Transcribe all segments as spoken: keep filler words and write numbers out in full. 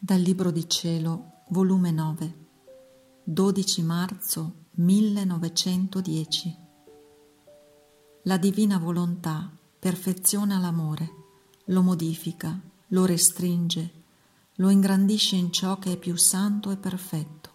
Dal Libro di Cielo, volume nove, dodici marzo millenovecentodieci. La divina volontà perfeziona l'amore, lo modifica, lo restringe, lo ingrandisce in ciò che è più santo e perfetto.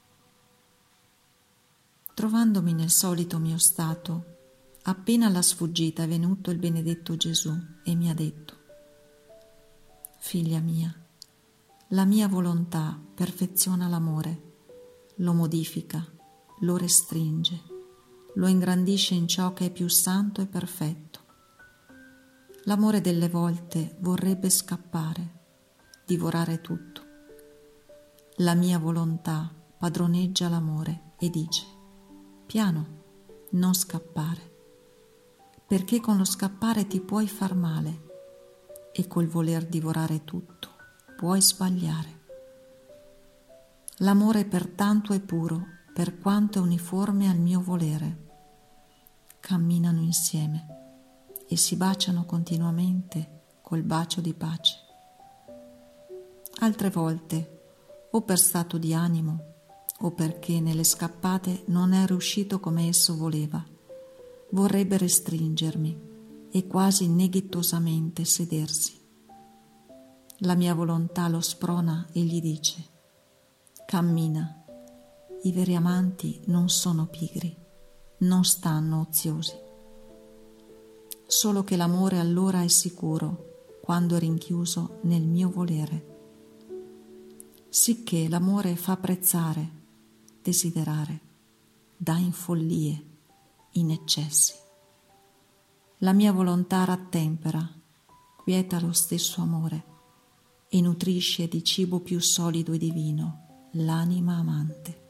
Trovandomi nel solito mio stato, appena alla sfuggita è venuto il benedetto Gesù e mi ha detto: «Figlia mia, la mia volontà perfeziona l'amore, lo modifica, lo restringe, lo ingrandisce in ciò che è più santo e perfetto. L'amore delle volte vorrebbe scappare, divorare tutto. La mia volontà padroneggia l'amore e dice: piano, non scappare, perché con lo scappare ti puoi far male e col voler divorare tutto puoi sbagliare. L'amore pertanto è puro, per quanto è uniforme al mio volere. Camminano insieme e si baciano continuamente col bacio di pace. Altre volte, o per stato di animo, o perché nelle scappate non è riuscito come esso voleva, vorrebbe restringermi e quasi neghitosamente sedersi. La mia volontà lo sprona e gli dice: cammina, i veri amanti non sono pigri, non stanno oziosi. Solo che l'amore allora è sicuro quando è rinchiuso nel mio volere. Sicché l'amore fa apprezzare, desiderare, dà in follie, in eccessi. La mia volontà rattempera, quieta lo stesso amore e nutrisce di cibo più solido e divino l'anima amante.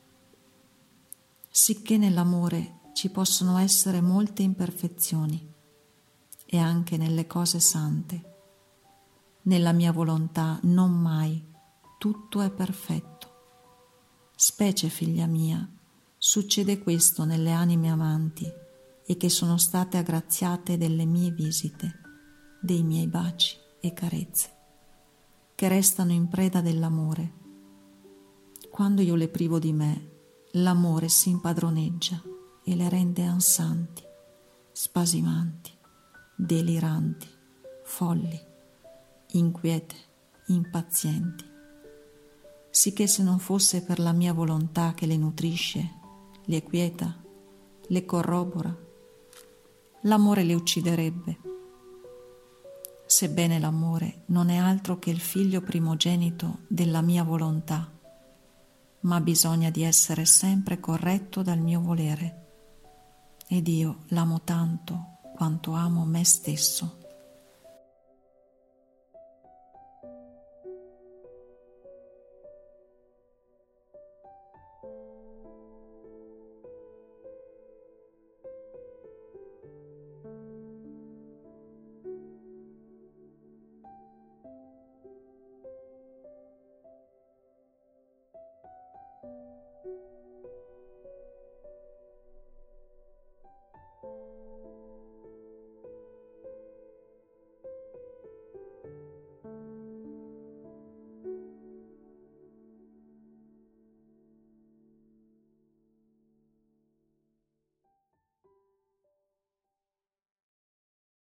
Sicché nell'amore ci possono essere molte imperfezioni e anche nelle cose sante. Nella mia volontà non mai tutto è perfetto. Specie, figlia mia, succede questo nelle anime amanti e che sono state aggraziate delle mie visite, dei miei baci e carezze, che restano in preda dell'amore. Quando io le privo di me, l'amore si impadroneggia e le rende ansanti, spasimanti, deliranti, folli, inquiete, impazienti. Sicché se non fosse per la mia volontà che le nutrisce, le quieta, le corrobora, l'amore le ucciderebbe. Sebbene l'amore non è altro che il figlio primogenito della mia volontà, ma bisogna di essere sempre corretto dal mio volere, ed io l'amo tanto quanto amo me stesso.